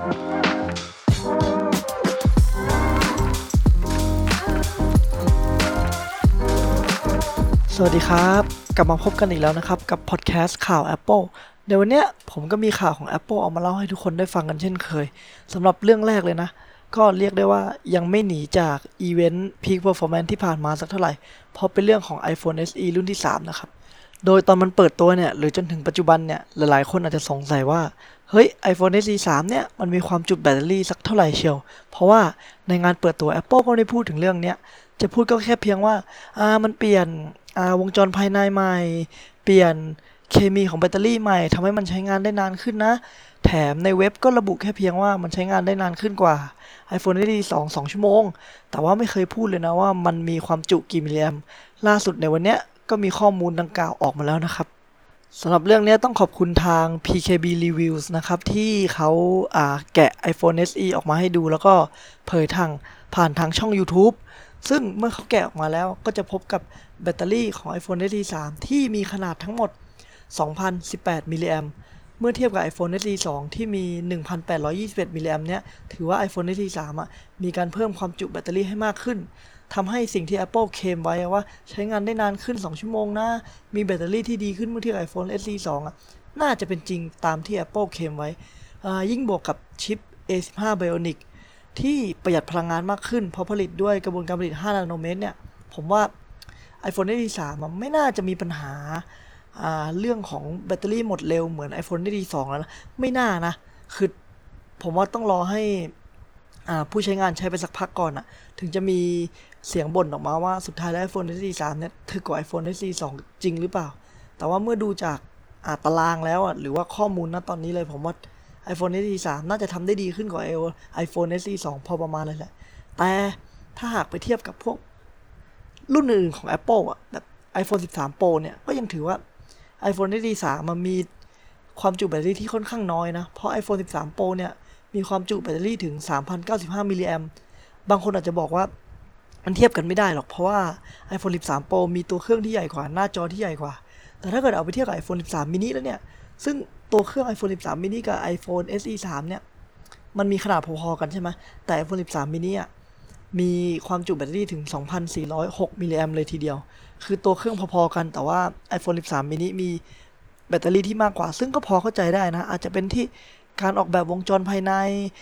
สวัสดีครับกลับมาพบกันอีกแล้วนะครับกับพอดแคสต์ข่าว Apple ในวันนี้ผมก็มีข่าวของ Apple เอามาเล่าให้ทุกคนได้ฟังกันเช่นเคยสำหรับเรื่องแรกเลยนะก็เรียกได้ว่ายังไม่หนีจากอีเวนต์ Peak Performance ที่ผ่านมาสักเท่าไหร่เพราะเป็นเรื่องของ iPhone SE รุ่นที่3นะครับโดยตอนมันเปิดตัวเนี่ยหรือจนถึงปัจจุบันเนี่ยหลายๆคนอาจจะสงสัยว่าเฮ้ย iPhone SE 3เนี่ยมันมีความจุแบตเตอรี่สักเท่าไหร่เชียวเพราะว่าในงานเปิดตัว Apple ก็ไม่ได้พูดถึงเรื่องเนี้ยจะพูดก็แค่เพียงว่ามันเปลี่ยนวงจรภายในใหม่เปลี่ยนเคมีของแบตเตอรี่ใหม่ทำให้มันใช้งานได้นานขึ้นนะแถมในเว็บก็ระบุแค่เพียงว่ามันใช้งานได้นานขึ้นกว่า iPhone SE 2 ชั่วโมงแต่ว่าไม่เคยพูดเลยนะว่ามันมีความจุกี่มิลลิแอมป์ล่าสุดในวันเนี้ยก็มีข้อมูลดังกล่าวออกมาแล้วนะครับสำหรับเรื่องนี้ต้องขอบคุณทาง PKB Reviews นะครับที่เขาแกะ iPhone SE ออกมาให้ดูแล้วก็เผยผ่านทางช่อง YouTube ซึ่งเมื่อเขาแกะออกมาแล้วก็จะพบกับแบตเตอรี่ของ iPhone SE 3 ที่มีขนาดทั้งหมด 2,018 มิลลิแอมป์เมื่อเทียบกับ iPhone SE 2 ที่มี 1,821 มิลลิแอมป์เนี่ยถือว่า iPhone SE 3 มีการเพิ่มความจุแบตเตอรี่ให้มากขึ้นทำให้สิ่งที่ Apple เคลมไว้ว่าใช้งานได้นานขึ้น2 ชั่วโมงนะมีแบตเตอรี่ที่ดีขึ้นเมื่อเทียบกับ iPhone SE 2 น่าจะเป็นจริงตามที่ Apple เคลมไว้ยิ่งบวกกับชิป A15 Bionic ที่ประหยัดพลังงานมากขึ้นเพราะผลิตด้วยกระบวนการผลิต5นาโนเมตรเนี่ยผมว่า iPhone SE 3ไม่น่าจะมีปัญหาเรื่องของแบตเตอรี่หมดเร็วเหมือน iPhone SE 2แล้วนะไม่น่านะคือผมว่าต้องรอให้ผู้ใช้งานใช้ไปสักพักก่อนถึงจะมีเสียงบ่นออกมาว่าสุดท้ายแล้ว iPhone SE 3เนี่ยถึกกว่า iPhone SE 2จริงหรือเปล่าแต่ว่าเมื่อดูจากตารางแล้วหรือว่าข้อมูลณตอนนี้เลยผมว่า iPhone SE 3น่าจะทำได้ดีขึ้นกว่า iPhone SE 2พอประมาณเลยแหละแต่ถ้าหากไปเทียบกับพวกรุ่นอื่นของ Apple แบบ iPhone 13 Pro เนี่ยก็ยังถือว่า iPhone SE 3มันมีความจุแบตเตอรี่ที่ค่อนข้างน้อยนะเพราะ iPhone 13 Pro เนี่ยมีความจุแบตเตอรี่ถึง 3,095 มิลลิแอมป์บางคนอาจจะบอกว่ามันเทียบกันไม่ได้หรอกเพราะว่า iPhone 13 Pro มีตัวเครื่องที่ใหญ่กว่าหน้าจอที่ใหญ่กว่าแต่ถ้าเกิดเอาไปเทียบกับ iPhone 13 mini แล้วเนี่ยซึ่งตัวเครื่อง iPhone 13 mini กับ iPhone SE 3เนี่ยมันมีขนาดพอๆกันใช่ไหมแต่ iPhone 13 mini มีความจุแบตเตอรี่ถึง 2,406 มิลลิแอมป์เลยทีเดียวคือตัวเครื่องพอๆกันแต่ว่า iPhone 13 mini มีแบตเตอรี่ที่มากกว่าซึ่งก็พอเข้าใจได้นะอาจจะเป็นที่การออกแบบวงจรภายใน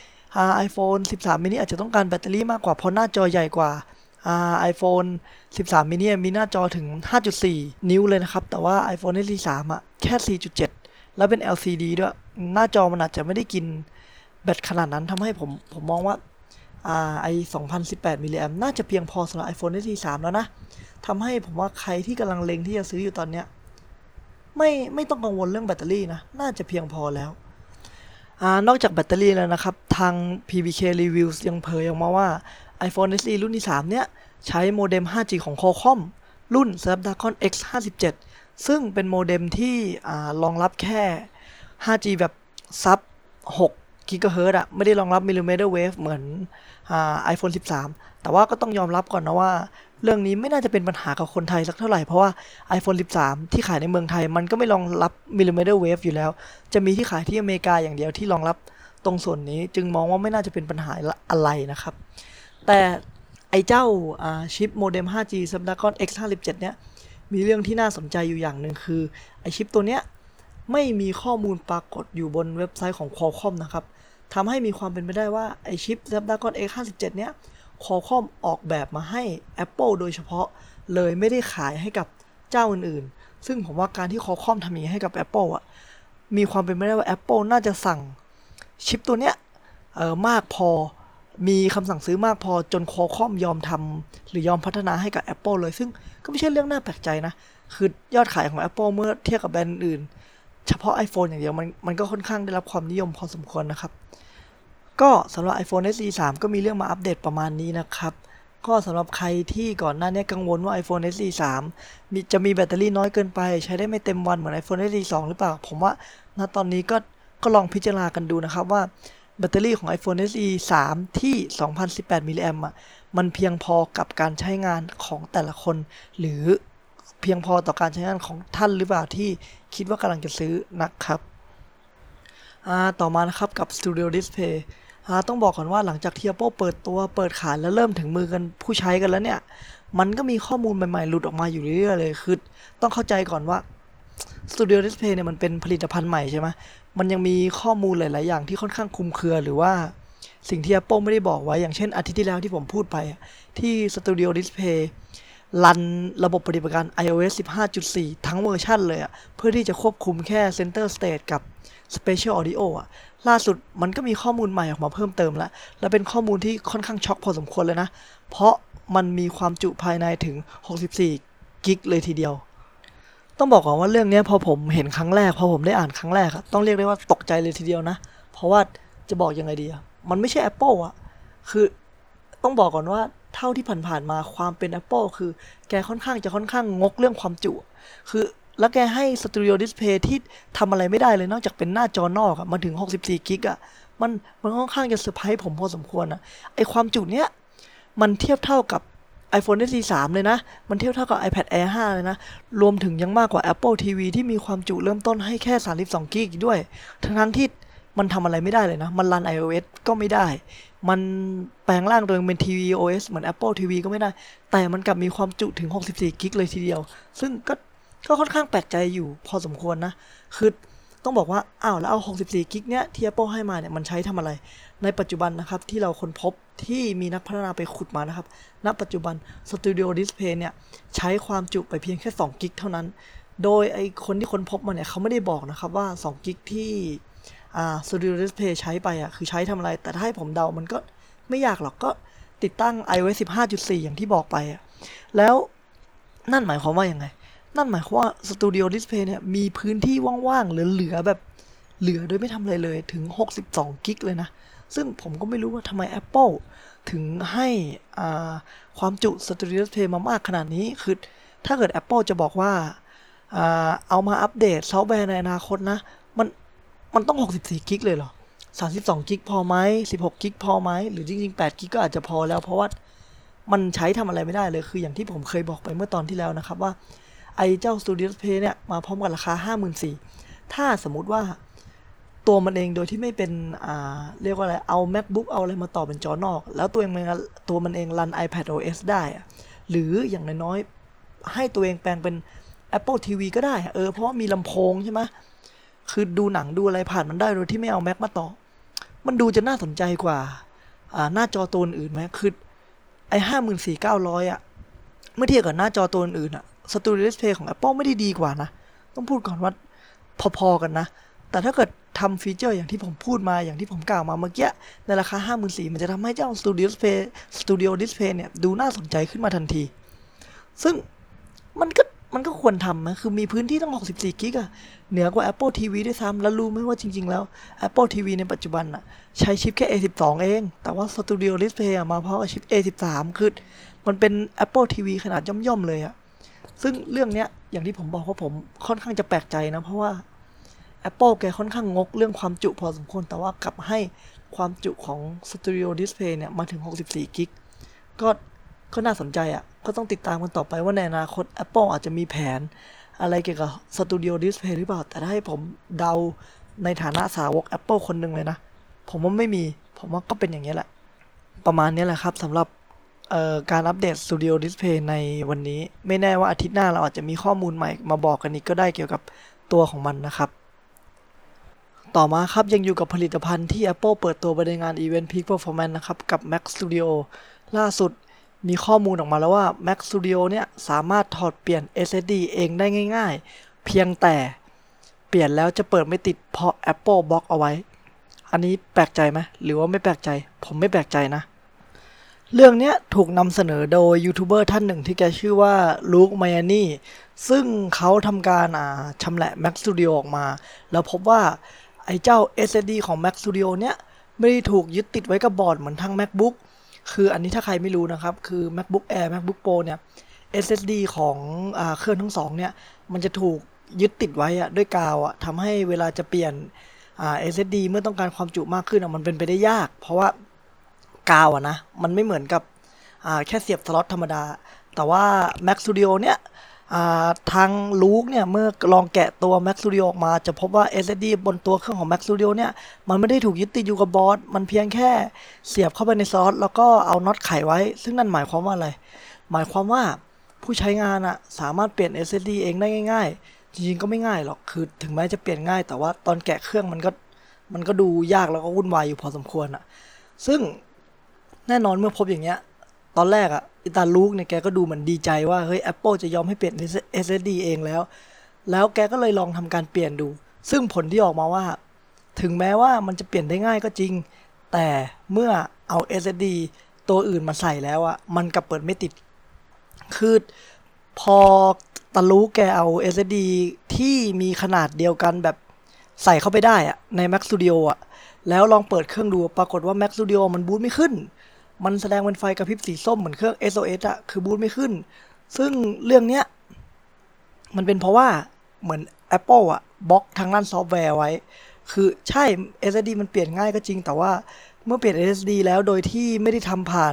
iPhone 13 mini อาจจะต้องการแบตเตอรี่มากกว่าเพราะหน้าจอใหญ่กว่าiPhone 13 mini มีหน้าจอถึง 5.4 นิ้วเลยนะครับแต่ว่า iPhone SE 3แค่ 4.7 แล้วเป็น LCD ด้วยหน้าจอมันอาจจะไม่ได้กินแบตขนาดนั้นทำให้ผมมองว่า2,018 มิลลิแอมป์น่าจะเพียงพอสำหรับ iPhone SE 3 แล้วนะทำให้ผมว่าใครที่กำลังเล็งที่จะซื้ออยู่ตอนเนี้ยไม่ต้องกังวลเรื่องแบตเตอรี่นะน่าจะเพียงพอแล้วนอกจากแบตเตอรี่แล้วนะครับทาง PBK Reviews ยังเผยออกมาว่า iPhone SE รุ่นที่3เนี่ยใช้โมเด็ม 5G ของ Qualcomm รุ่น Snapdragon X57 ซึ่งเป็นโมเด็มที่รองรับแค่ 5G แบบซับ6 GHz ไม่ได้รองรับ millimeter wave เหมือนiPhone 13 แต่ว่าก็ต้องยอมรับก่อนนะว่าเรื่องนี้ไม่น่าจะเป็นปัญหากับคนไทยสักเท่าไหร่เพราะว่า iPhone 13 ที่ขายในเมืองไทยมันก็ไม่รองรับ millimeter wave อยู่แล้วจะมีที่ขายที่อเมริกาอย่างเดียวที่รองรับตรงส่วนนี้จึงมองว่าไม่น่าจะเป็นปัญหาอะไรนะครับแต่ไอ้เจ้าชิปโมเด็ม 5G Snapdragon X57 เนี่ยมีเรื่องที่น่าสนใจอยู่อย่างหนึ่งคือไอชิปตัวเนี้ยไม่มีข้อมูลปรากฏอยู่บนเว็บไซต์ของ Qualcomm นะครับทำให้มีความเป็นไปได้ว่าไอชิป Snapdragon X57 เนี้ย Qualcomm ออกแบบมาให้ Apple โดยเฉพาะเลยไม่ได้ขายให้กับเจ้าอื่นๆซึ่งผมว่าการที่ Qualcomm ทำอย่างนี้ให้กับ Apple มีความเป็นไปได้ว่า Apple น่าจะสั่งชิปตัวเนี้ยมากพอมีคำสั่งซื้อมากพอจน Qualcomm ยอมทำหรือยอมพัฒนาให้กับ Apple เลยซึ่งก็ไม่ใช่เรื่องน่าแปลกใจนะคือยอดขายของ Apple เมื่อเทียบกับแบรนด์อื่นเฉพาะ iPhone อย่างเดียวมันก็ค่อนข้างได้รับความนิยมพอสมควรนะครับก็สำหรับ iPhone SE 3 ก็มีเรื่องมาอัปเดตประมาณนี้นะครับก็สำหรับใครที่ก่อนหน้านี้กังวลว่า iPhone SE 3 จะมีแบตเตอรี่น้อยเกินไปใช้ได้ไม่เต็มวันเหมือน iPhone SE 2 หรือเปล่าผมว่าณตอนนี้ก็ลองพิจารณากันดูนะครับว่าแบตเตอรี่ของ iPhone SE 3 ที่ 2,018 มิลลิแอมป์มันเพียงพอกับการใช้งานของแต่ละคนหรือเพียงพอต่อการใช้งานของท่านหรือเปล่าที่คิดว่ากำลังจะซื้อนะครับต่อมานะครับกับ Studio Display ต้องบอกก่อนว่าหลังจากที่ Apple เปิดขายแล้วเริ่มถึงมือกันผู้ใช้กันแล้วเนี่ยมันก็มีข้อมูลใหม่ๆหลุดออกมาอยู่เรื่อยๆเลยคือต้องเข้าใจก่อนว่า Studio Display เนี่ยมันเป็นผลิตภัณฑ์ใหม่ใช่ไหมมันยังมีข้อมูลหลายๆอย่างที่ค่อนข้างคลุมเครือหรือว่าสิ่งที่ Apple ไม่ได้บอกไว้อย่างเช่นอาทิตย์ที่แล้วที่ผมพูดไปที่ Studio Display รันระบบปฏิบัติการ iOS 15.4 ทั้งเวอร์ชันเลยเพื่อที่จะควบคุมแค่ Center Stage กับ Spatial Audio ล่าสุดมันก็มีข้อมูลใหม่ออกมาเพิ่มเติมแล้วและเป็นข้อมูลที่ค่อนข้างช็อกพอสมควรเลยนะเพราะมันมีความจุภายในถึง64กิกเลยทีเดียวต้องบอกก่อนว่าเรื่องนี้พอผมเห็นครั้งแรกพอผมได้อ่านครั้งแรกต้องเรียกได้ว่าตกใจเลยทีเดียวนะเพราะว่าจะบอกยังไงดีมันไม่ใช่ Apple คือต้องบอกก่อนว่าเท่าที่ผ่านๆมาความเป็น Apple คือแกค่อนข้างงกเรื่องความจุคือแล้วแกให้ Studio Display ที่ทำอะไรไม่ได้เลยนอกจากเป็นหน้าจอนอกมาถึง64กิกมันค่อนข้างจะเซอร์ไพรส์ผมพอสมควรไอความจุเนี้ยมันเทียบเท่ากับ iPhone SE 3เลยนะมันเทียบเท่ากับ iPad Air 5เลยนะรวมถึงยังมากกว่า Apple TV ที่มีความจุเริ่มต้นให้แค่32กิกด้วยทั้งที่มันทำอะไรไม่ได้เลยนะมันรัน iOS ก็ไม่ได้มันแปลงร่างตัวเองเป็น tvOS เหมือน Apple TV ก็ไม่ได้แต่มันกลับมีความจุถึง64กิกเลยทีเดียวซึ่งก็ค่อนข้างแปลกใจอยู่พอสมควรนะคือต้องบอกว่าแล้วเอา64กิกเนี้ยที่ Apple ให้มาเนี่ยมันใช้ทำอะไรในปัจจุบันนะครับที่เราค้นพบที่มีนักพัฒนาไปขุดมานะครับณปัจจุบัน Studio Display เนี่ยใช้ความจุไปเพียงแค่2กิกเท่านั้นโดยไอคนที่ค้นพบมาเนี่ยเขาไม่ได้บอกนะครับว่า2กิกที่Studio Display ใช้ไปคือใช้ทำอะไรแต่ถ้าให้ผมเดามันก็ไม่ยากหรอกก็ติดตั้ง iOS 15.4 อย่างที่บอกไปแล้วนั่นหมายความว่ายังไงนั่นหมายความว่า Studio Display เนี่ยมีพื้นที่ว่างๆเหลือแบบเหลือโดยไม่ทำอะไรเลยถึง62กิกเลยนะซึ่งผมก็ไม่รู้ว่าทำไม Apple ถึงให้ความจุ Studio Display มามากขนาดนี้คือถ้าเกิด Apple จะบอกว่าเอามาอัปเดตซอฟต์แวร์ในอนาคตนะมันต้อง64กิกเลยเหรอ32กิกพอไหม16กิกพอไหมหรือจริงๆ8กิกก็อาจจะพอแล้วเพราะว่ามันใช้ทำอะไรไม่ได้เลยคืออย่างที่ผมเคยบอกไปเมื่อตอนที่แล้วนะครับว่าไอ้เจ้า Studio Display เนี่ยมาพร้อมกับราคา 54,000 ถ้าสมมุติว่าตัวมันเองโดยที่ไม่เป็นเรียกว่าอะไรเอา MacBook เอาอะไรมาต่อเป็นจอนอกแล้วตัวมันเองรัน iPadOS ได้หรืออย่างน้อยๆให้ตัวเองแปลงเป็น Apple TV ก็ได้เพราะว่ามีลำโพงใช่ไหมคือดูหนังดูอะไรผ่านมันได้โดยที่ไม่เอา Mac มาต่อมันดูจะน่าสนใจกว่าหน้าจอตัวอื่นไหมคือไอ้54,900เมื่อเทียบกับหน้าจอตัวอื่นStudio Display ของ Apple ไม่ได้ดีกว่านะต้องพูดก่อนว่าพอๆกันนะแต่ถ้าเกิดทำฟีเจอร์อย่างที่ผมพูดมาอย่างที่ผมกล่าวมาเมื่อกี้ในราคา 54,000 มันจะทำให้เจ้า Studio Display เนี่ยดูน่าสนใจขึ้นมาทันทีซึ่งมันก็ควรทำนะคือมีพื้นที่ตั้ง64กิกเหนือกว่า Apple TV ด้วยซ้ำแล้วรู้ไหมว่าจริงๆแล้ว Apple TV ในปัจจุบันใช้ชิปแค่ A12 เองแต่ว่า Studio Display มาพร้อมกับชิป A13 คือมันเป็น Apple TV ขนาดย่อมๆเลยซึ่งเรื่องเนี้ยอย่างที่ผมบอกว่าผมค่อนข้างจะแปลกใจนะเพราะว่า Apple แกค่อนข้างงกเรื่องความจุพอสมควรแต่ว่ากลับให้ความจุของ Studio Display เนี่ยมาถึง64กิกก็น่าสนใจก็ต้องติดตามกันต่อไปว่าในอนาคต Apple อาจจะมีแผนอะไรเกี่ยวกับ Studio Display หรือเปล่าแต่ถ้าให้ผมเดาในฐานะสาวก Apple คนหนึ่งเลยนะผมว่าไม่มีผมว่าก็เป็นอย่างนี้แหละประมาณนี้แหละครับสำหรับการอัปเดต Studio Display ในวันนี้ไม่แน่ว่าอาทิตย์หน้าเราอาจจะมีข้อมูลใหม่มาบอกกันอีกก็ได้เกี่ยวกับตัวของมันนะครับต่อมาครับยังอยู่กับผลิตภัณฑ์ที่ Apple เปิดตัวไปในงาน Event Peak Performance นะครับกับ Mac Studio ล่าสุดมีข้อมูลออกมาแล้วว่า Mac Studio เนี่ยสามารถถอดเปลี่ยน SSD เองได้ง่ายๆเพียงแต่เปลี่ยนแล้วจะเปิดไม่ติดเพราะ Apple บล็อกเอาไว้อันนี้แปลกใจไหมหรือว่าไม่แปลกใจผมไม่แปลกใจนะเรื่องนี้ถูกนำเสนอโดยยูทูบเบอร์ท่านหนึ่งที่แกชื่อว่าลูค ไมอานี่ซึ่งเขาทำการชำแหละ Mac Studio ออกมาแล้วพบว่าไอ้เจ้า SSD ของ Mac Studio เนี่ยไม่ได้ถูกยึดติดไว้กับบอร์ดเหมือนทั้ง MacBook คืออันนี้ถ้าใครไม่รู้นะครับคือ MacBook Air MacBook Pro เนี่ย SSD ของเครื่องทั้งสองเนี่ยมันจะถูกยึดติดไว้ด้วยกาวทำให้เวลาจะเปลี่ยนSSD เมื่อต้องการความจุมากขึ้นมันเป็นไปได้ยากเพราะว่ากาวนะมันไม่เหมือนกับแค่เสียบสล็อตธรรมดาแต่ว่า Mac Studio เนี่ยทางลูกเนี่ยเมื่อลองแกะตัว Mac Studio ออกมาจะพบว่า SSD บนตัวเครื่องของ Mac Studio เนี่ยมันไม่ได้ถูกยึดติดอยู่กับบอร์ดมันเพียงแค่เสียบเข้าไปในซอสแล้วก็เอาน็อตไขไว้ซึ่งนั่นหมายความว่าอะไรหมายความว่าผู้ใช้งานสามารถเปลี่ยน SSD เองได้ง่ายๆจริงๆก็ไม่ง่ายหรอกคือถึงแม้จะเปลี่ยนง่ายแต่ว่าตอนแกะเครื่องมันก็ดูยากแล้วก็วุ่นวายอยู่พอสมควรซึ่งแน่นอนเมื่อพบอย่างเงี้ยตอนแรกอิตาลูกเนี่ยแกก็ดูเหมือนดีใจว่าเฮ้ย Apple จะยอมให้เปลี่ยน SSD เองแล้วแกก็เลยลองทำการเปลี่ยนดูซึ่งผลที่ออกมาว่าถึงแม้ว่ามันจะเปลี่ยนได้ง่ายก็จริงแต่เมื่อเอา SSD ตัวอื่นมาใส่แล้วมันกลับเปิดไม่ติดคือพอตาลูแกเอา SSD ที่มีขนาดเดียวกันแบบใส่เข้าไปได้ใน Mac Studio แล้วลองเปิดเครื่องดูปรากฏว่า Mac Studio มันบูตไม่ขึ้นมันแสดงเป็นไฟกระพริบสีส้มเหมือนเครื่อง SOS คือบูตไม่ขึ้นซึ่งเรื่องเนี้ยมันเป็นเพราะว่าเหมือน Apple บล็อกทางด้านซอฟต์แวร์ไว้คือใช่ SSD มันเปลี่ยนง่ายก็จริงแต่ว่าเมื่อเปลี่ยน SSD แล้วโดยที่ไม่ได้ทำผ่าน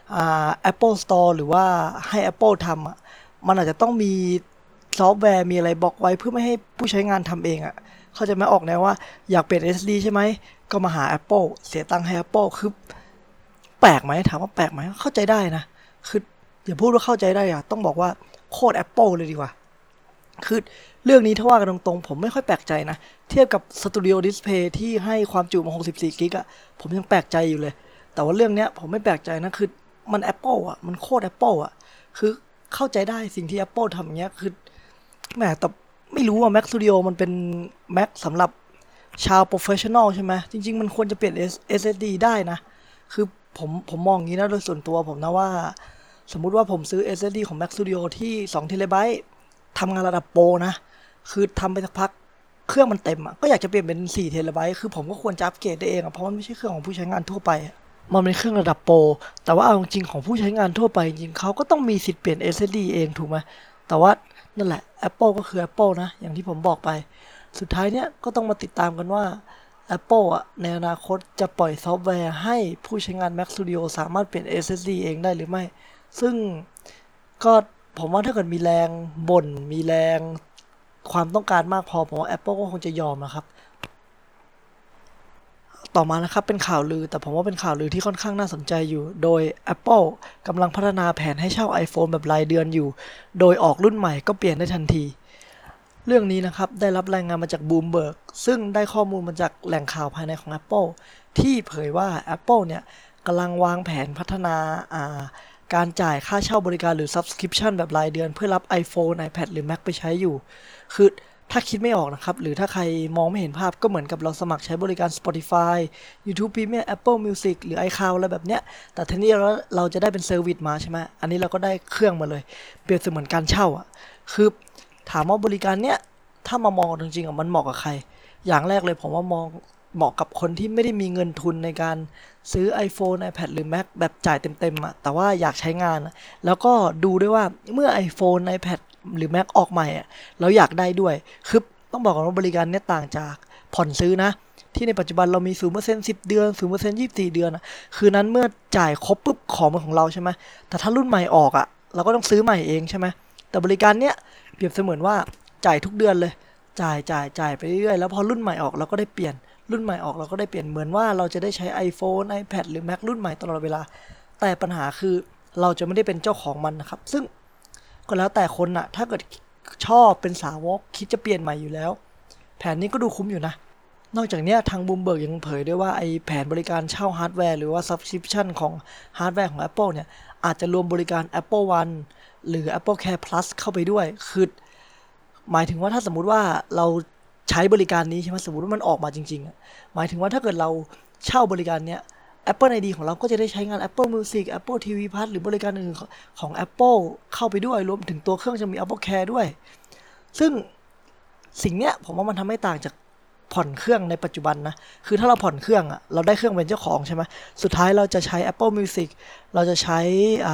Apple Store หรือว่าให้ Apple ทำมันอาจจะต้องมีซอฟต์แวร์มีอะไรบล็อกไว้เพื่อไม่ให้ผู้ใช้งานทำเองเข้าใจไหมออกแนวว่าอยากเปลี่ยน SSD ใช่ไหมก็มาหา Apple เสียตังค์ให้ Apple คือแปลกไหมถามว่าแปลกไหมเข้าใจได้นะคืออย่าพูดว่าเข้าใจได้ต้องบอกว่าโคตร Apple เลยดีกว่าคือเรื่องนี้ถ้าว่ากันตรงๆผมไม่ค่อยแปลกใจนะเทียบกับ Studio Display ที่ให้ความจุมา64กิกผมยังแปลกใจอยู่เลยแต่ว่าเรื่องเนี้ยผมไม่แปลกใจนะคือมัน Apple มันโคตร Apple คือเข้าใจได้สิ่งที่ Apple ทำอย่างเงี้ยคือแหมแต่ไม่รู้Mac Studio มันเป็น Mac สำหรับชาว Professional ใช่ไหมจริงๆมันควรจะเปลี่ยน SSD ได้นะคือผมมองอย่างนี้นะโดยส่วนตัวผมนะว่าสมมุติว่าผมซื้อ SSD ของ Mac Studio ที่2 TB ทำงานระดับโปรนะคือทำไปสักพักเครื่องมันเต็มก็อยากจะเปลี่ยนเป็น4 TB คือผมก็ควรจะอัปเกรดได้เองเพราะมันไม่ใช่เครื่องของผู้ใช้งานทั่วไปมันเป็นเครื่องระดับโปรแต่ว่าเอาจริงของผู้ใช้งานทั่วไปจริงเขาก็ต้องมีสิทธิ์เปลี่ยน SSD เองถูกไหมแต่ว่านั่นแหละ Apple ก็คือ Apple นะอย่างที่ผมบอกไปสุดท้ายเนี้ยก็ต้องมาติดตามกันว่า Apple ในอนาคตจะปล่อยซอฟต์แวร์ให้ผู้ใช้งาน Mac Studio สามารถเปลี่ยน SSD เองได้หรือไม่ซึ่งก็ผมว่าถ้าเกิดมีแรงบ่นมีแรงความต้องการมากพอผมว่า Apple ก็คงจะยอมนะครับต่อมานะครับเป็นข่าวลือแต่ผมว่าเป็นข่าวลือที่ค่อนข้างน่าสนใจอยู่โดย Apple กำลังพัฒนาแผนให้เช่า iPhone แบบรายเดือนอยู่โดยออกรุ่นใหม่ก็เปลี่ยนได้ทันทีเรื่องนี้นะครับได้รับรายงานมาจาก Bloomberg ซึ่งได้ข้อมูลมาจากแหล่งข่าวภายในของ Apple ที่เผยว่า Apple เนี่ยกำลังวางแผนพัฒนาการจ่ายค่าเช่าบริการหรือ Subscription แบบรายเดือนเพื่อรับ iPhone iPad หรือ Mac ไปใช้อยู่คือถ้าคิดไม่ออกนะครับหรือถ้าใครมองไม่เห็นภาพก็เหมือนกับเราสมัครใช้บริการ Spotify YouTube Premium Apple Music หรือ iCloud อะไรแบบเนี้ยแต่ทีนี้เราจะได้เป็นเซอร์วิสมาใช่ไหมอันนี้เราก็ได้เครื่องมาเลยเปรียบเสมือนการเช่าคือถามว่าบริการเนี้ยถ้ามามองจริงๆมันเหมาะกับใครอย่างแรกเลยผมว่ามองเหมาะกับคนที่ไม่ได้มีเงินทุนในการซื้อ iPhone iPad หรือ Mac แบบจ่ายเต็มๆแต่ว่าอยากใช้งานแล้วก็ดูด้วยว่าเมื่อ iPhone iPad หรือ Mac ออกใหม่เราอยากได้ด้วยคือต้องบอกก่อนว่าบริการนี้ต่างจากผ่อนซื้อนะที่ในปัจจุบันเรามี 0% 10 เดือน 0% 24 เดือนคือนั้นเมื่อจ่ายครบปุ๊บของเป็นของเราใช่ไหมแต่ถ้ารุ่นใหม่ออกเราก็ต้องซื้อใหม่เองใช่ไหมแต่บริการเนี้ยเปรียบเสมือนว่าจ่ายทุกเดือนเลยจ่ายไปเรื่อยๆแล้วพอรุ่นใหม่ออกเราก็ได้เปลี่ยนรุ่นใหม่ออกเราก็ได้เปลี่ยนเหมือนว่าเราจะได้ใช้ iPhone iPad หรือ Mac รุ่นใหม่ตลอดเวลาแต่ปัญหาคือเราจะไม่ได้เป็นเจ้าของมันนะครับซึ่งก็แล้วแต่คนถ้าเกิดชอบเป็นสาวกคิดจะเปลี่ยนใหม่อยู่แล้วแผนนี้ก็ดูคุ้มอยู่นะนอกจากนี้ทางบูมเบิร์กยังเผยด้วยว่าไอแผนบริการเช่าฮาร์ดแวร์หรือว่า Subscription ของฮาร์ดแวร์ของ Apple เนี่ยอาจจะรวมบริการ Apple One หรือ Apple Care Plus เข้าไปด้วยคือหมายถึงว่าถ้าสมมุติว่าเราใช้บริการนี้ใช่ไหมสมมติว่ามันออกมาจริงๆหมายถึงว่าถ้าเกิดเราเช่าบริการเนี้ย Apple ID ของเราก็จะได้ใช้งาน Apple Music Apple TV Plus หรือบริการอื่นของ Apple เข้าไปด้วยรวมถึงตัวเครื่องจะมี Apple Care ด้วยซึ่งสิ่งเนี้ยผมว่ามันทำให้ต่างจากผ่อนเครื่องในปัจจุบันนะคือถ้าเราผ่อนเครื่องเราได้เครื่องเป็นเจ้าของใช่ไหมสุดท้ายเราจะใช้ Apple Music เราจะใช้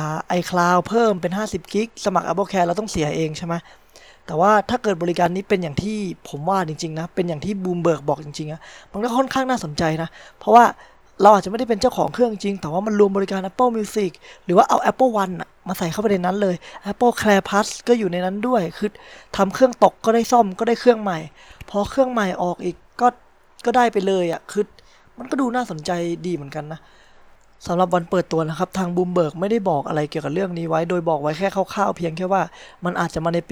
iCloud เพิ่มเป็น50 กิกสมัคร Apple Care เราต้องเสียเองใช่ไหมแต่ว่าถ้าเกิดบริการนี้เป็นอย่างที่ผมว่าจริงๆนะเป็นอย่างที่บูมเบิร์กบอกจริงๆมันก็ค่อนข้างน่าสนใจนะเพราะว่าเราอาจจะไม่ได้เป็นเจ้าของเครื่องจริงแต่ว่ามันรวมบริการ Apple Music หรือว่าเอา Apple One มาใส่เข้าไปในนั้นเลย Apple Care Plus ก็อยู่ในนั้นด้วยคือทำเครื่องตกก็ได้ซ่อมก็ได้เครื่องใหม่พอเครื่องใหม่ออกอีกก็ได้ไปเลยคือมันก็ดูน่าสนใจดีเหมือนกันนะสำหรับวันเปิดตัวนะครับทางบูมเบิร์กไม่ได้บอกอะไรเกี่ยวกับเรื่องนี้ไว้โดยบอกไว้แค่คร่าวๆเพียงแค่ว่ามันอาจจะมาในปี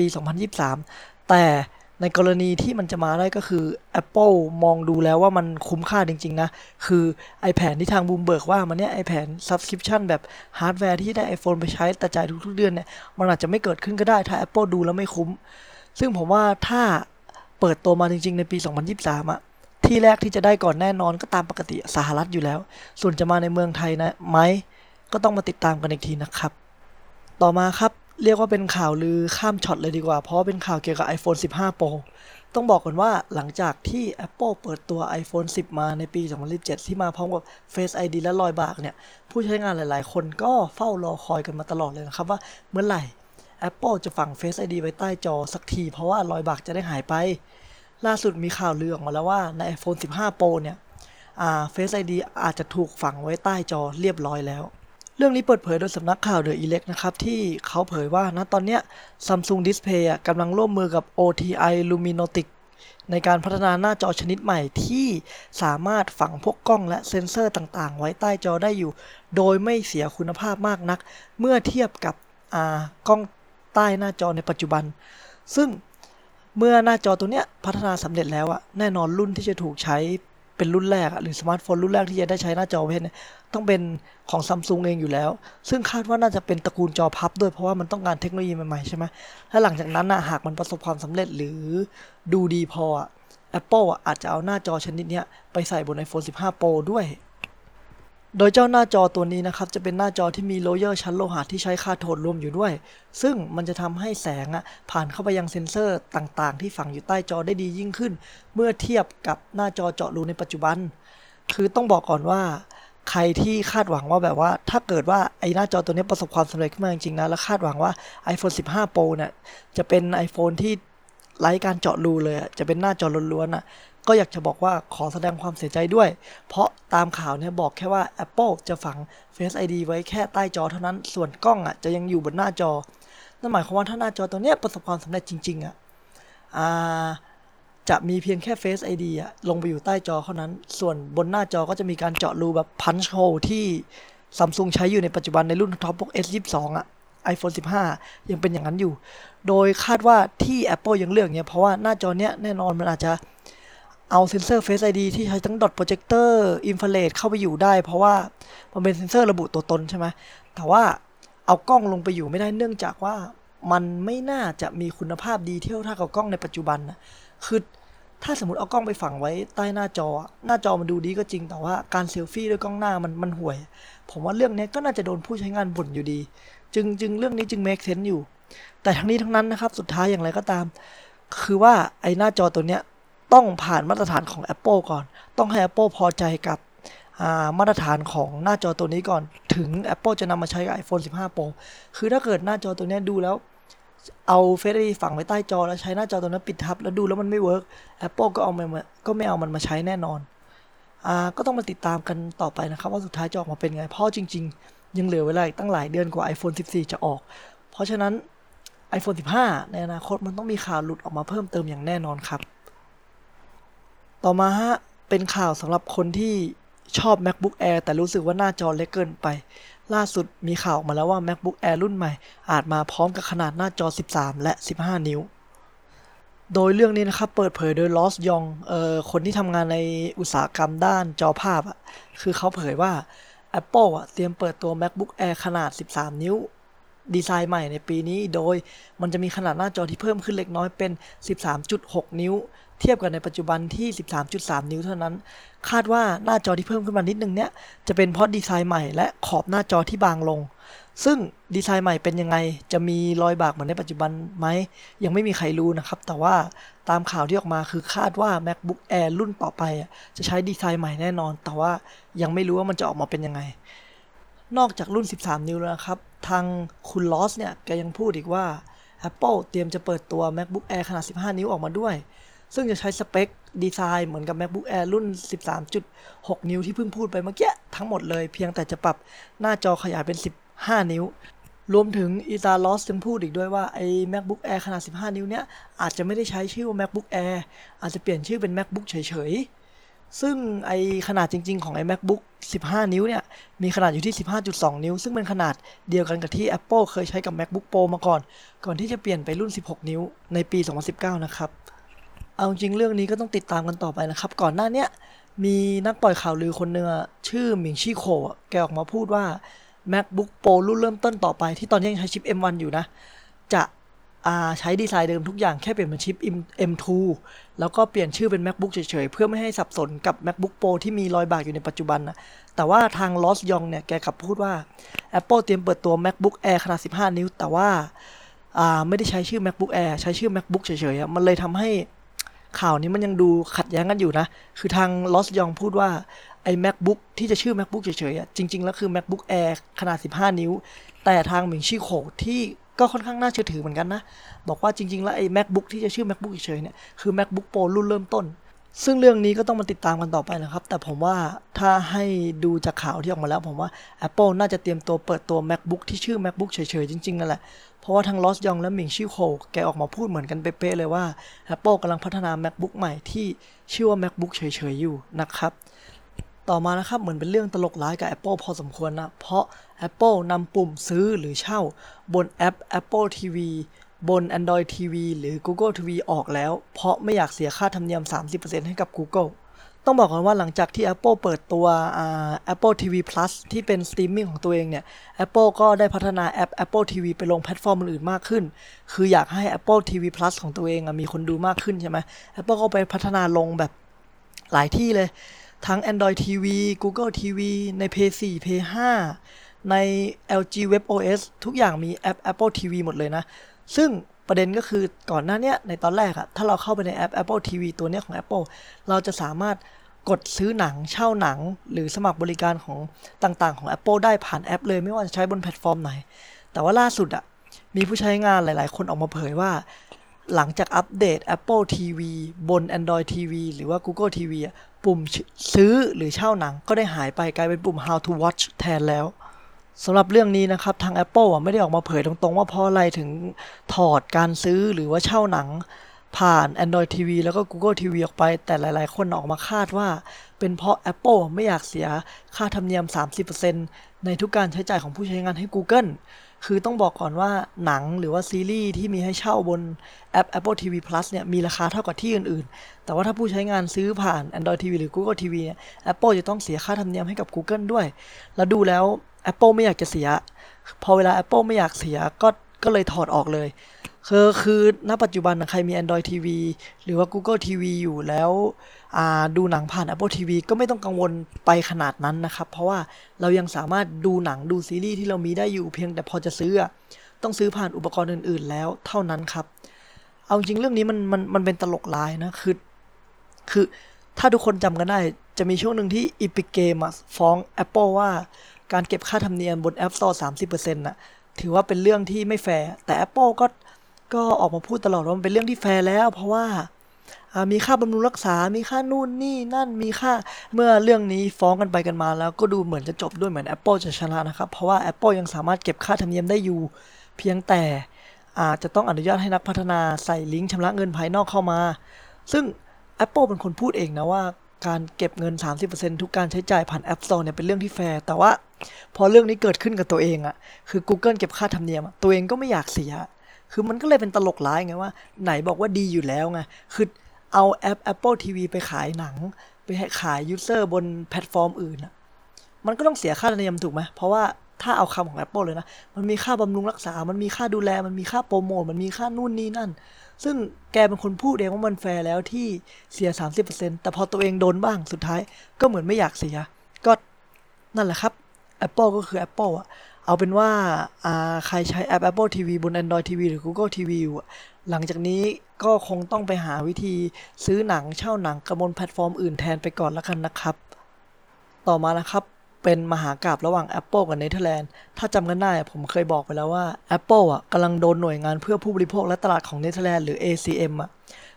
2023 แต่ในกรณีที่มันจะมาได้ก็คือ Apple มองดูแล้วว่ามันคุ้มค่าจริงๆนะคือไอแผนที่ทางบูมเบิร์กว่ามันเนี่ยไอแผน Subscription แบบฮาร์ดแวร์ที่ได้ iPhone ไปใช้แต่จ่ายทุกๆเดือนเนี่ยมันอาจจะไม่เกิดขึ้นก็ได้ถ้า Apple ดูแล้วไม่คุ้มซึ่งผมว่าถ้าเปิดตัวมาจริงๆในปี 2023 ที่แรกที่จะได้ก่อนแน่นอนก็ตามปกติสหรัฐอยู่แล้วส่วนจะมาในเมืองไทยนะไหมก็ต้องมาติดตามกันอีกทีนะครับต่อมาครับเรียกว่าเป็นข่าวลือข้ามช็อตเลยดีกว่าเพราะเป็นข่าวเกี่ยวกับ iPhone 15 Pro ต้องบอกก่อนว่าหลังจากที่ Apple เปิดตัว iPhone 10 มาในปี 2017 ที่มาพร้อมกับ Face ID และรอยบากเนี่ยผู้ใช้งานหลายๆคนก็เฝ้ารอคอยกันมาตลอดเลยนะครับว่าเมื่อไหร่ Apple จะฝัง Face ID ไว้ใต้จอสักทีเพราะว่ารอยบากจะได้หายไปล่าสุดมีข่าวลือออกมาแล้วว่าใน iPhone 15 Pro เนี่ยFace ID อาจจะถูกฝังไว้ใต้จอเรียบร้อยแล้วเรื่องนี้เปิดเผยโดยสำนักข่าว The Elect นะครับที่เขาเผยว่าณตอนเนี้ย Samsung Display กำลังร่วมมือกับ OTI Luminosity ในการพัฒนาหน้าจอชนิดใหม่ที่สามารถฝังพวกกล้องและเซ็นเซอร์ต่างๆไว้ใต้จอได้อยู่โดยไม่เสียคุณภาพมากนักเมื่อเทียบกับกล้องใต้หน้าจอในปัจจุบันซึ่งเมื่อหน้าจอตัวเนี้ยพัฒนาสำเร็จแล้วแน่นอนรุ่นที่จะถูกใช้เป็นรุ่นแรกหรือสมาร์ทโฟนรุ่นแรกที่จะได้ใช้หน้าจอเพชรต้องเป็นของ Samsung เองอยู่แล้วซึ่งคาดว่าน่าจะเป็นตระกูลจอพับด้วยเพราะว่ามันต้องการเทคโนโลยีใหม่ๆใช่ไหมและหลังจากนั้นหากมันประสบความสำเร็จหรือดูดีพอApple อาจจะเอาหน้าจอชนิดนี้ไปใส่บน iPhone 15 Pro ด้วยโดยเจ้าหน้าจอตัวนี้นะครับจะเป็นหน้าจอที่มีเลเยอร์ชั้นโลหะที่ใช้คาโทดรวมอยู่ด้วยซึ่งมันจะทำให้แสงผ่านเข้าไปยังเซ็นเซอร์ต่างๆที่ฝังอยู่ใต้จอได้ดียิ่งขึ้นเมื่อเทียบกับหน้าจอเจาะรูในปัจจุบันคือต้องบอกก่อนว่าใครที่คาดหวังว่าแบบว่าถ้าเกิดว่าไอ้หน้าจอตัวนี้ประสบความสำเร็จขึ้นมาจริงๆนะแล้วคาดหวังว่า iPhone 15 Pro เนี่ยจะเป็น iPhone ที่ไร้การเจาะรูเลยจะเป็นหน้าจอล้วนๆก็อยากจะบอกว่าขอแสดงความเสียใจด้วยเพราะตามข่าวเนี่ยบอกแค่ว่า Apple จะฝัง Face ID ไว้แค่ใต้จอเท่านั้นส่วนกล้องจะยังอยู่บนหน้าจอนั่นหมายความว่าถ้าหน้าจอตัวเนี้ยประสบความสำเร็จจริงๆจะมีเพียงแค่ Face ID ลงไปอยู่ใต้จอเท่านั้นส่วนบนหน้าจอก็จะมีการเจาะรูแบบ Punch Hole ที่ Samsung ใช้อยู่ในปัจจุบันในรุ่นท็อปพวก S22 iPhone 15 ยังเป็นอย่างนั้นอยู่โดยคาดว่าที่ Apple ยังเลือกเนี่ยเพราะว่าหน้าจอเนี้ยแน่นอนมันอาจจะเอาเซ็นเซอร์ Face ID ที่ใช้ทั้ง dot projector infrared เข้าไปอยู่ได้เพราะว่ามันเป็นเซ็นเซอร์ระบุตัวตนใช่ไหมแต่ว่าเอากล้องลงไปอยู่ไม่ได้เนื่องจากว่ามันไม่น่าจะมีคุณภาพดีเท่ากับกล้องในปัจจุบันคือถ้าสมมติเอากล้องไปฝังไว้ใต้หน้าจอหน้าจอมันดูดีก็จริงแต่ว่าการเซลฟี่ด้วยกล้องหน้ามันห่วยผมว่าเรื่องนี้ก็น่าจะโดนผู้ใช้งานบ่นอยู่ดีจึงเรื่องนี้จึง make sense อยู่แต่ทั้งนี้ทั้งนั้นนะครับสุดท้ายอย่างไรก็ตามคือว่าไอ้หน้าจอตัวเนี้ยต้องผ่านมาตรฐานของ Apple ก่อนต้องให้ Apple พอใจกับมาตรฐานของหน้าจอตัวนี้ก่อนถึง Apple จะนำมาใช้กับ iPhone 15 Pro คือถ้าเกิดหน้าจอตัวนี้ดูแล้วเอา Face ID ฝังไว้ใต้จอแล้วใช้หน้าจอตัวนั้นปิดทับแล้วดูแล้วมันไม่เวิร์ก Apple ก็ไม่เอามันมาใช้แน่นอนก็ต้องมาติดตามกันต่อไปนะครับว่าสุดท้ายจะออกมาเป็นไงเพราะจริงๆยังเหลือเวลาอีกตั้งหลายเดือนกว่า iPhone 14 จะออกเพราะฉะนั้น iPhone 15 ในอนาคตมันต้องมีข่าวหลุดออกมาเพิ่มเติมอย่างแน่นอนครับต่อมาเป็นข่าวสำหรับคนที่ชอบ MacBook Air แต่รู้สึกว่าหน้าจอเล็กเกินไปล่าสุดมีข่าวออกมาแล้วว่า MacBook Air รุ่นใหม่อาจมาพร้อมกับขนาดหน้าจอ 13 และ 15 นิ้วโดยเรื่องนี้นะครับเปิดเผยโดยลอสยองคนที่ทำงานในอุตสาหกรรมด้านจอภาพคือเขาเผยว่า Apple เตรียมเปิดตัว MacBook Air ขนาด 13 นิ้วดีไซน์ใหม่ในปีนี้โดยมันจะมีขนาดหน้าจอที่เพิ่มขึ้นเล็กน้อยเป็น 13.6 นิ้วเทียบกับในปัจจุบันที่ 13.3 นิ้วเท่านั้นคาดว่าหน้าจอที่เพิ่มขึ้นมานิดนึงเนี่ยจะเป็นเพราะดีไซน์ใหม่และขอบหน้าจอที่บางลงซึ่งดีไซน์ใหม่เป็นยังไงจะมีรอยบากเหมือนในปัจจุบันไหมยังไม่มีใครรู้นะครับแต่ว่าตามข่าวที่ออกมาคือคาดว่า MacBook Air รุ่นต่อไปจะใช้ดีไซน์ใหม่แน่นอนแต่ว่ายังไม่รู้ว่ามันจะออกมาเป็นยังไงนอกจากรุ่น 13 นิ้วแล้วนะครับทางคุณลอสเนี่ยแกยังพูดอีกว่า Apple เตรียมจะเปิดตัว MacBook Air ขนาด 15 นิ้วออกมาด้วยซึ่งจะใช้สเปคดีไซน์เหมือนกับ MacBook Air รุ่น 13.6 นิ้วที่เพิ่งพูดไปเมื่อกี้ทั้งหมดเลยเพียงแต่จะปรับหน้าจอขยายเป็น 15 นิ้วรวมถึงอีธาลอสยังพูดอีกด้วยว่าไอ้ MacBook Air ขนาด 15 นิ้วเนี้ยอาจจะไม่ได้ใช้ชื่อว่า MacBook Air อาจจะเปลี่ยนชื่อเป็น MacBook เฉยๆซึ่งไอ้ขนาดจริงๆของไอ้ MacBook 15 นิ้วเนี่ยมีขนาดอยู่ที่ 15.2 นิ้วซึ่งเป็นขนาดเดียวกันกับที่ Apple เคยใช้กับ MacBook Pro มาก่อนที่จะเปลี่ยนไปรุ่น 16 นิ้วในปี 2019 นะครับเอาจริงเรื่องนี้ก็ต้องติดตามกันต่อไปนะครับก่อนหน้านี้มีนักปล่อยข่าวลือคนนึงชื่อหมิงชี่โคแกออกมาพูดว่า MacBook Pro รุ่นเริ่มต้นต่อไปที่ตอนนี้ยังใช้ชิป M1 อยู่นะจะใช้ดีไซน์เดิมทุกอย่างแค่เปลี่ยนเป็นชิป M2 แล้วก็เปลี่ยนชื่อเป็น MacBook เฉยๆเพื่อไม่ให้สับสนกับ MacBook Pro ที่มีรอยบากอยู่ในปัจจุบันนะแต่ว่าทางลอสยองเนี่ยแกกลับพูดว่า Apple เตรียมเปิดตัว MacBook Air ขนาด 15 นิ้วแต่ว่าไม่ได้ใช้ชื่อ MacBook Air ใช้ชื่อ MacBook เฉยๆมันเลยทำให้ข่าวนี้มันยังดูขัดแย้งกันอยู่นะคือทางลอสยองพูดว่าไอ้ MacBook ที่จะชื่อ MacBook เฉยๆจริงๆแล้วคือ MacBook Air ขนาด 15 นิ้วแต่ทางหมิงชี่โขที่ก็ค่อนข้างน่าเชื่อถือเหมือนกันนะบอกว่าจริงๆแล้วไอ้ MacBook ที่จะชื่อ MacBook เฉยๆเนี่ยคือ MacBook Pro รุ่นเริ่มต้นซึ่งเรื่องนี้ก็ต้องมาติดตามกันต่อไปนะครับแต่ผมว่าถ้าให้ดูจากข่าวที่ออกมาแล้วผมว่า Apple น่าจะเตรียมตัวเปิดตัว MacBook ที่ชื่อ MacBook เฉยๆจริงๆนั่นแหละเพราะว่าทั้งลอสยองและหมิงชี่โคแกออกมาพูดเหมือนกันเป๊ะๆเลยว่า Apple กำลังพัฒนา MacBook ใหม่ที่ชื่อว่า MacBook เฉยๆอยู่นะครับต่อมานะครับเหมือนเป็นเรื่องตลกร้ายกับ Apple พอสมควรนะเพราะ Apple นำปุ่มซื้อหรือเช่าบนแอป Apple TV บน Android TV หรือ Google TV ออกแล้วเพราะไม่อยากเสียค่าธรรมเนียม 30% ให้กับ Google ต้องบอกก่อนว่าหลังจากที่ Apple เปิดตัว Apple TV Plus ที่เป็นสตรีมมิ่งของตัวเองเนี่ย Apple ก็ได้พัฒนาแอป Apple TV ไปลงแพลตฟอร์มอื่นๆมากขึ้นคืออยากให้ Apple TV Plus ของตัวเองมีคนดูมากขึ้นใช่ไหม Apple ก็ไปพัฒนาลงแบบหลายที่เลยทั้ง Android TV Google TV ใน Play 4 Play 5 ใน LG WebOS ทุกอย่างมีแอป Apple TV หมดเลยนะซึ่งประเด็นก็คือก่อนหน้านี้ในตอนแรกถ้าเราเข้าไปในแอป Apple TV ตัวนี้ของ Apple เราจะสามารถกดซื้อหนังเช่าหนังหรือสมัครบริการของต่างๆของ Apple ได้ผ่านแอปเลยไม่ว่าจะใช้บนแพลตฟอร์มไหนแต่ว่าล่าสุดมีผู้ใช้งานหลายๆคนออกมาเผยว่าหลังจากอัปเดต Apple TV บน Android TV หรือว่า Google TV ปุ่มซื้อหรือเช่าหนังก็ได้หายไปกลายเป็นปุ่ม How to Watch แทนแล้วสำหรับเรื่องนี้นะครับทาง Apple ไม่ได้ออกมาเผยตรงๆว่าเพราะอะไรถึงถอดการซื้อหรือว่าเช่าหนังผ่าน Android TV แล้วก็ Google TV ออกไปแต่หลายๆคนออกมาคาดว่าเป็นเพราะ Apple ไม่อยากเสียค่าธรรมเนียม 30% ในทุกการใช้จ่ายของผู้ใช้งานให้ Google คือต้องบอกก่อนว่าหนังหรือว่าซีรีส์ที่มีให้เช่าบนแอป Apple TV Plus เนี่ยมีราคาเท่ากับที่อื่นๆแต่ว่าถ้าผู้ใช้งานซื้อผ่าน Android TV หรือ Google TV เนี่ย Apple จะต้องเสียค่าธรรมเนียมให้กับ Google ด้วยแล้วดูแล้ว Apple ไม่อยากจะเสียพอเวลา Apple ไม่อยากเสียก็เลยถอดออกเลยคือณปัจจุบันใครมี Android TV หรือว่า Google TV อยู่แล้วดูหนังผ่าน Apple TV ก็ไม่ต้องกังวลไปขนาดนั้นนะครับเพราะว่าเรายังสามารถดูหนังดูซีรีส์ที่เรามีได้อยู่เพียงแต่พอจะซื้อต้องซื้อผ่านอุปกรณ์อื่นๆแล้วเท่านั้นครับเอาจริงเรื่องนี้มันเป็นตลกร้ายนะคือถ้าทุกคนจำกันได้จะมีช่วงหนึ่งที่ Epic Game ฟ้อง Apple ว่าการเก็บค่าธรรมเนียมบน App Store 30% ถือว่าเป็นเรื่องที่ไม่แฟร์แต่ Apple ก็ออกมาพูดตลอดว่ามันเป็นเรื่องที่แฟร์แล้วเพราะว่ามีค่าบำรุงรักษามีค่านู่นนี่นั่นมีค่าเมื่อเรื่องนี้ฟ้องกันไปกันมาแล้วก็ดูเหมือนจะจบด้วยเหมือน Apple จะชนะนะครับเพราะว่า Apple ยังสามารถเก็บค่าธรรมเนียมได้อยู่เพียงแต่อาจจะต้องอนุญาตให้นักพัฒนาใส่ลิงก์ชำระเงินภายนอกเข้ามาซึ่ง Apple เป็นคนพูดเองนะว่าการเก็บเงิน 30% ทุกการใช้จ่ายผ่าน App Store เนี่ยเป็นเรื่องที่แฟร์แต่ว่าพอเรื่องนี้เกิดขึ้นกับตัวเองคือ Google เก็บค่าธรรมเนียมตัวเองก็ไม่อยากเสียคือมันก็เลยเป็นตลกร้ายไงว่าไหนบอกว่าดีอยู่แล้วไงคือเอาแอป Apple TV ไปขายหนังไปขายยูเซอร์บนแพลตฟอร์มอื่นมันก็ต้องเสียค่าธรรมเนียมถูกไหมเพราะว่าถ้าเอาคำของ Apple เลยนะมันมีค่าบำรุงรักษามันมีค่าดูแลมันมีค่าโปรโมทมันมีค่านู่นนี่นั่นซึ่งแกเป็นคนพูดเองว่ามันแฟร์แล้วที่เสีย 30% แต่พอตัวเองโดนบ้างสุดท้ายก็เหมือนไม่อยากเสียก็นั่นแหละครับ Apple ก็คือ Apple เอาเป็นว่าใครใช้แอป Apple TV บน Android TV หรือ Google TV อยู่หลังจากนี้ก็คงต้องไปหาวิธีซื้อหนังเช่าหนังกับบนแพลตฟอร์มอื่นแทนไปก่อนแล้วกันนะครับต่อมานะครับเป็นมหากาพย์ระหว่าง Apple กับเนเธอร์แลนด์ถ้าจำกันได้ผมเคยบอกไปแล้วว่า Apple กำลังโดนหน่วยงานเพื่อผู้บริโภคและตลาดของเนเธอร์แลนด์หรือ ACM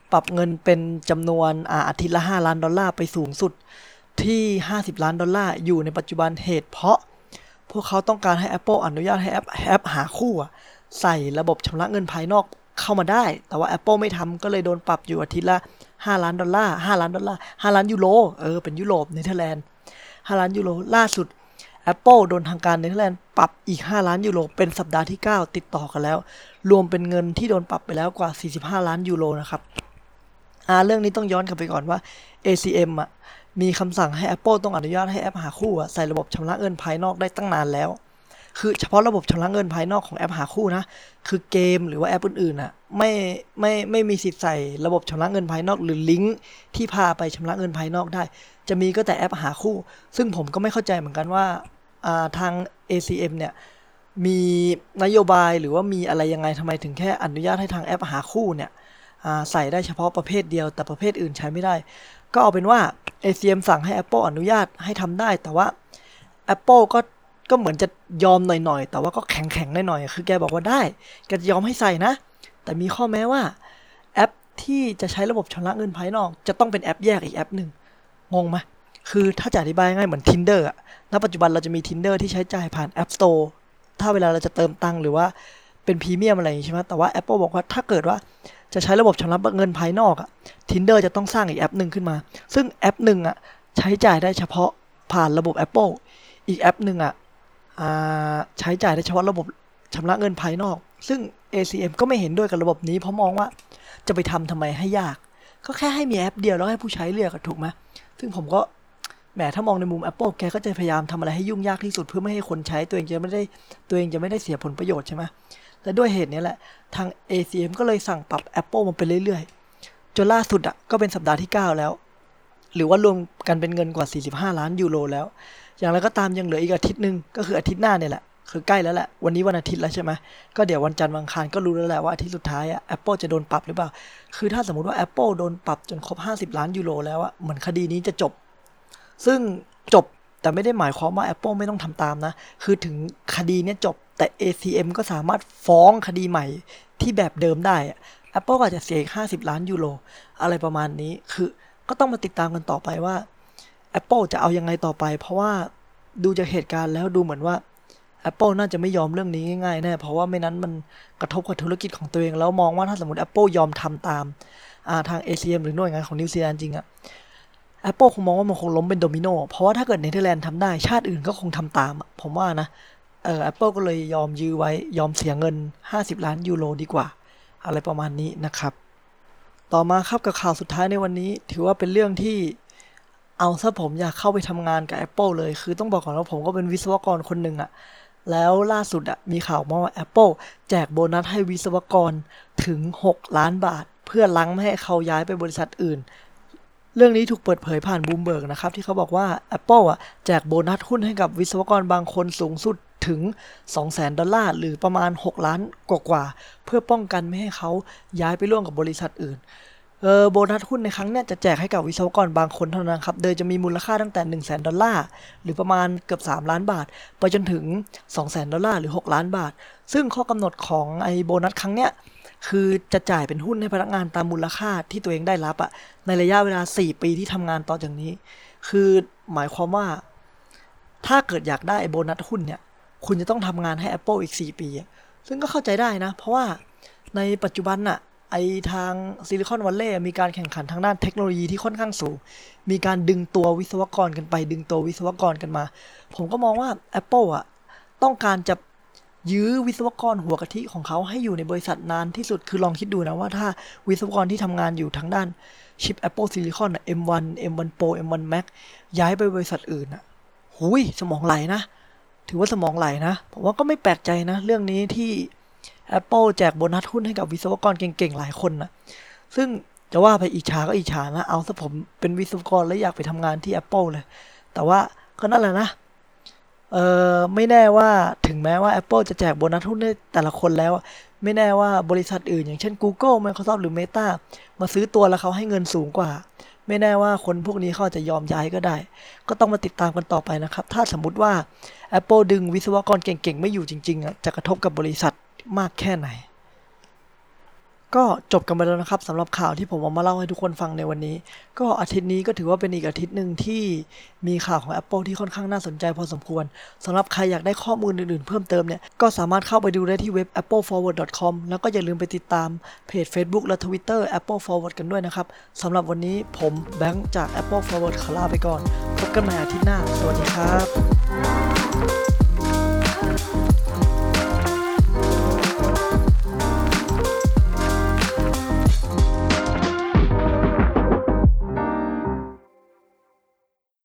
ปรับเงินเป็นจำนวนอาทิตย์ละ$5 ล้านไปสูงสุดที่$50 ล้านอยู่ในปัจจุบันเหตุเพราะพวกเขาต้องการให้ Apple อนุญาตให้แอปหาคู่ใส่ระบบชำระเงินภายนอกเข้ามาได้แต่ว่า Apple ไม่ทำก็เลยโดนปรับอยู่อาทิตย์ละ$5 ล้าน$5 ล้าน5 ล้านยูโรเป็นยุโรปเนเธอร์แลนด์5 ล้านยูโรล่าสุด Apple โดนทางการเนเธอร์แลนด์ปรับอีก$5 ล้านเป็นสัปดาห์ที่9ติดต่อกันแล้วรวมเป็นเงินที่โดนปรับไปแล้วกว่า45 ล้านยูโรนะครับเรื่องนี้ต้องย้อนกลับไปก่อนว่า ACM มีคำสั่งให้ Apple ต้องอนุญาตให้แอปหาคู่ใส่ระบบชำระเงินภายนอกได้ตั้งนานแล้วคือเฉพาะระบบชำระเงินภายนอกของแอปหาคู่นะคือเกมหรือว่าแอปอื่นๆไม่มีสิทธิ์ใส่ระบบชำระเงินภายนอกหรือลิงก์ที่พาไปชำระเงินภายนอกได้จะมีก็แต่แอปหาคู่ซึ่งผมก็ไม่เข้าใจเหมือนกันว่าทาง ACM เนี่ยมีนโยบายหรือว่ามีอะไรยังไงทำไมถึงแค่อนุญาตให้ทางแอปหาคู่เนี่ยใส่ได้เฉพาะประเภทเดียวแต่ประเภทอื่นใช้ไม่ได้ก็เอาเป็นว่า ACM สั่งให้ Apple อนุญาตให้ทำได้แต่ว่า Apple ก็เหมือนจะยอมหน่อยๆแต่ว่าก็แข็งๆหน่อยๆคือแกบอกว่าได้แกจะยอมให้ใส่นะแต่มีข้อแม้ว่าแอปที่จะใช้ระบบชำระเงินภายนอกจะต้องเป็นแอปแยกอีกแอปหนึ่งงงไหมคือถ้าจะอธิบายง่ายเหมือน Tinder ณ ปัจจุบันเราจะมี Tinder ที่ใช้จ่ายผ่าน App Store ถ้าเวลาเราจะเติมตังค์หรือว่าเป็นพรีเมียมอะไรอย่างนี้ใช่ไหมแต่ว่า Apple บอกว่าถ้าเกิดว่าจะใช้ระบบชำระเงินภายนอกTinder จะต้องสร้างอีกแอปหนึ่งขึ้นมาซึ่งแอปหนึ่งใช้จ่ายได้เฉพาะผ่านระบบ Apple อีกแอปหนึ่งใช้จ่ายได้เฉพาะระบบชำระเงินภายนอกซึ่ง ACM ก็ไม่เห็นด้วยกับระบบนี้เพราะมองว่าจะไปทำไมให้ยากก็แค่ให้มีแอปเดียวแล้วให้ผู้ใช้เลือกถูกไหมซึ่งผมก็แหมถ้ามองในมุม Apple แกก็จะพยายามทำอะไรให้ยุ่งยากที่สุดเพื่อไม่ให้คนใช้ตัวเองจะไม่ได้เสียผลประโยชน์ใช่ไหมและด้วยเหตุนี้แหละทาง ACM ก็เลยสั่งปรับ Apple มาไปเรื่อยๆจนล่าสุดก็เป็นสัปดาห์ที่9แล้วหรือว่ารวมกันเป็นเงินกว่า45 ล้านยูโรแล้วอย่างไรก็ตามยังเหลืออีกอาทิตย์นึงก็คืออาทิตย์หน้าเนี่ยแหละคือใกล้แล้วแหละวันนี้วันอาทิตย์แล้วใช่ไหมก็เดี๋ยววันจันทร์วันอังคารก็รู้แล้วแหละว่าอาทิตย์สุดท้ายApple จะโดนปรับหรือเปล่าคือถ้าสมมุติว่า Apple โดนปรับจนครบ50 ล้านยูโรแล้วเหมือนคดีนี้จะจบซึ่งจบแต่ไม่ได้หมายความว่า Apple ไม่ต้องทำตามนะคือถึงคดีนี้จบแต่ ACM ก็สามารถฟ้องคดีใหม่ที่แบบเดิมได้Apple อาจจะเสียอีก50 ล้านยูโรอะไรประมาณนี้คือก็ต้องมาติดตามกันต่อไปว่า Apple จะเอายังไงต่อไปเพราะว่าดูจากเหตุการณ์แล้วดูเหมือนว่า Apple น่าจะไม่ยอมเรื่องนี้ง่ายๆแน่เพราะว่าไม่นั้นมันกระทบกับธุรกิจของตัวเองแล้วมองว่าถ้าสมมติ Apple ยอมทำตามทาง ACM หรือหน่วยงานของนิวซีแลนด์จริงApple คงมองว่ามันคงล้มเป็นโดมิโนเพราะว่าถ้าเกิดเนเธอร์แลนด์ทำได้ชาติอื่นก็คงทำตามผมว่านะApple ก็เลยยอมยื้อไว้ยอมเสียเงิน50 ล้านยูโรดีกว่าอะไรประมาณนี้นะครับต่อมาครับกับข่าวสุดท้ายในวันนี้ถือว่าเป็นเรื่องที่เอาซะผมอยากเข้าไปทำงานกับ Apple เลยคือต้องบอกก่อนว่าผมก็เป็นวิศวกรคนหนึ่งแล้วล่าสุดมีข่าวมาว่า Apple แจกโบนัสให้วิศวกรถึง6 ล้านบาทเพื่อลังไม่ให้เขาย้ายไปบริษัทอื่นเรื่องนี้ถูกเปิดเผยผ่านบูมเบิร์กนะครับที่เขาบอกว่า Apple แจกโบนัสหุ้นให้กับวิศวกรบางคนสูงสุดถึง$200,000หรือประมาณ6 ล้านกว่าเพื่อป้องกันไม่ให้เขาย้ายไปร่วมกับบริษัทอื่นโบนัสหุ้นในครั้งนี้จะแจกให้กับวิศวกรบางคนเท่านั้นครับโดยจะมีมูลค่าตั้งแต่$100,000หรือประมาณเกือบ3 ล้านบาทไปจนถึง$200,000หรือ6 ล้านบาทซึ่งข้อกำหนดของไอ้โบนัสครั้งเนี้ยคือจะจ่ายเป็นหุ้นให้พนักงานตามมูลค่าที่ตัวเองได้รับในระยะเวลา4 ปีที่ทำงานต่อจากนี้คือหมายความว่าถ้าเกิดอยากได้โบนัสหุ้นเนี่ยคุณจะต้องทำงานให้ Apple อีก4 ปีซึ่งก็เข้าใจได้นะเพราะว่าในปัจจุบันทางซิลิคอนวัลเลย์มีการแข่งขันทางด้านเทคโนโลยีที่ค่อนข้างสูงมีการดึงตัววิศวกรกันไปดึงตัววิศวกรกันมาผมก็มองว่า Apple ต้องการจะยื้อวิศวกรหัวกะทิของเขาให้อยู่ในบริษัทนานที่สุดคือลองคิดดูนะว่าถ้าวิศวกรที่ทำงานอยู่ทางด้านชิป Apple Silicon M1 M1 Pro M1 Max ย้ายไปบริษัทอื่นหุยสมองไหลนะถือว่าสมองไหลนะผมว่าก็ไม่แปลกใจนะเรื่องนี้ที่ Apple แจกโบนัสหุ้นให้กับวิศวกรเก่งๆหลายคนซึ่งจะว่าไปอิจฉาก็อิจฉานะเอาซะผมเป็นวิศวกรแล้วอยากไปทำงานที่ Apple เลยแต่ว่าก็นั่นแหละนะไม่แน่ว่าถึงแม้ว่า Apple จะแจกโบนัสหุ้นให้แต่ละคนแล้วไม่แน่ว่าบริษัทอื่นอย่างเช่น Google Microsoft หรือ Meta มาซื้อตัวแล้วเขาให้เงินสูงกว่าไม่แน่ว่าคนพวกนี้เขาจะยอมย้ายก็ได้ก็ต้องมาติดตามกันต่อไปนะครับถ้าสมมุติว่า Apple ดึงวิศวกรเก่งๆไม่อยู่จริงๆจะกระทบกับบริษัทมากแค่ไหนก็จบกันไปแล้วนะครับสำหรับข่าวที่ผมเอามาเล่าให้ทุกคนฟังในวันนี้ก็อาทิตย์นี้ก็ถือว่าเป็นอีกอาทิตย์หนึ่งที่มีข่าวของ Apple ที่ค่อนข้างน่าสนใจพอสมควรสำหรับใครอยากได้ข้อมูลอื่นๆเพิ่มเติมเนี่ยก็สามารถเข้าไปดูได้ที่เว็บ appleforward.com แล้วก็อย่าลืมไปติดตามเพจ Facebook และ Twitter Apple Forward กันด้วยนะครับสำหรับวันนี้ผมแบงค์จาก Apple Forward ขอลาไปก่อนพบกันใหม่อาทิตย์หน้าสวัสดีครับ